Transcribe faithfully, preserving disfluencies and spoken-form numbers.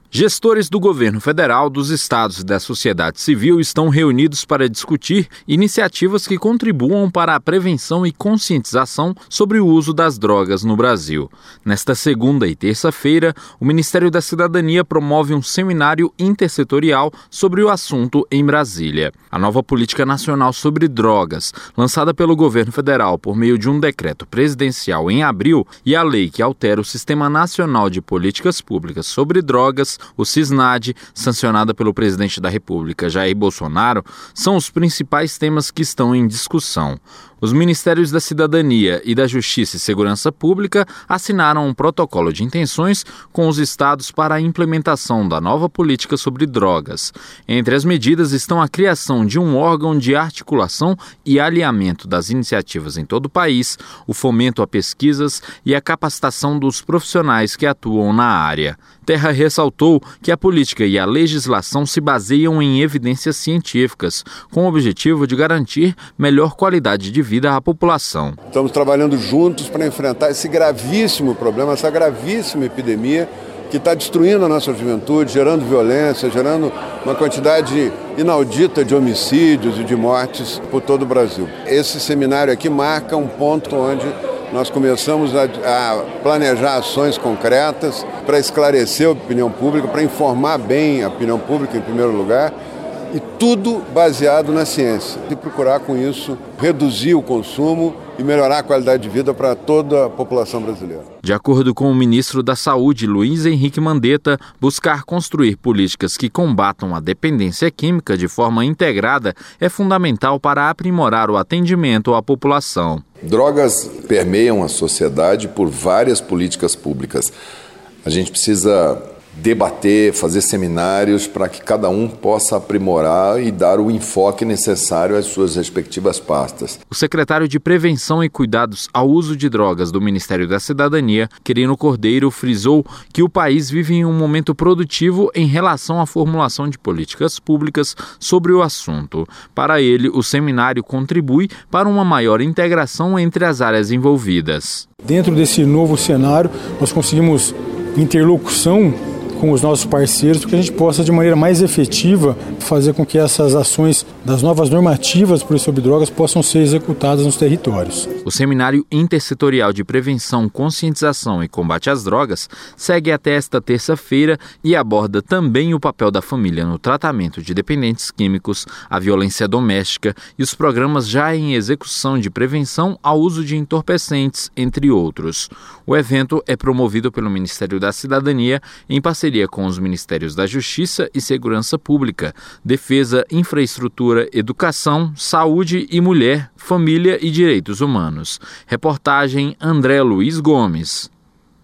Gestores do governo federal, dos estados e da sociedade civil estão reunidos para discutir iniciativas que contribuam para a prevenção e conscientização sobre o uso das drogas no Brasil. Nesta segunda e terça-feira, o Ministério da Cidadania promove um seminário intersetorial sobre o assunto em Brasília. A nova Política Nacional sobre Drogas, lançada pelo governo federal por meio de um decreto presidencial em abril, e a lei que altera o Sistema Nacional de Políticas Públicas sobre Drogas, o SISNAD, sancionada pelo presidente da República, Jair Bolsonaro, são os principais temas que estão em discussão. Os Ministérios da Cidadania e da Justiça e Segurança Pública assinaram um protocolo de intenções com os estados para a implementação da nova política sobre drogas. Entre as medidas estão a criação de um órgão de articulação e alinhamento das iniciativas em todo o país, o fomento a pesquisas e a capacitação dos profissionais que atuam na área. Terra ressaltou que a política e a legislação se baseiam em evidências científicas, com o objetivo de garantir melhor qualidade de vida à população. Estamos trabalhando juntos para enfrentar esse gravíssimo problema, essa gravíssima epidemia que está destruindo a nossa juventude, gerando violência, gerando uma quantidade inaudita de homicídios e de mortes por todo o Brasil. Esse seminário aqui marca um ponto onde nós começamos a, a planejar ações concretas para esclarecer a opinião pública, para informar bem a opinião pública em primeiro lugar, e tudo baseado na ciência. E procurar com isso reduzir o consumo e melhorar a qualidade de vida para toda a população brasileira. De acordo com o ministro da Saúde, Luiz Henrique Mandetta, buscar construir políticas que combatam a dependência química de forma integrada é fundamental para aprimorar o atendimento à população. Drogas permeiam a sociedade por várias políticas públicas. A gente precisa debater, fazer seminários para que cada um possa aprimorar e dar o enfoque necessário às suas respectivas pastas. O secretário de Prevenção e Cuidados ao Uso de Drogas do Ministério da Cidadania, Quirino Cordeiro, frisou que o país vive em um momento produtivo em relação à formulação de políticas públicas sobre o assunto. Para ele, o seminário contribui para uma maior integração entre as áreas envolvidas. Dentro desse novo cenário, nós conseguimos interlocução com os nossos parceiros, para que a gente possa, de maneira mais efetiva, fazer com que essas ações das novas normativas sobre drogas possam ser executadas nos territórios. O Seminário Intersetorial de Prevenção, Conscientização e Combate às Drogas segue até esta terça-feira e aborda também o papel da família no tratamento de dependentes químicos, a violência doméstica e os programas já em execução de prevenção ao uso de entorpecentes, entre outros. O evento é promovido pelo Ministério da Cidadania em parceria com os Ministérios da Justiça e Segurança Pública, Defesa, Infraestrutura, Educação, Saúde e Mulher, Família e Direitos Humanos. Reportagem André Luiz Gomes.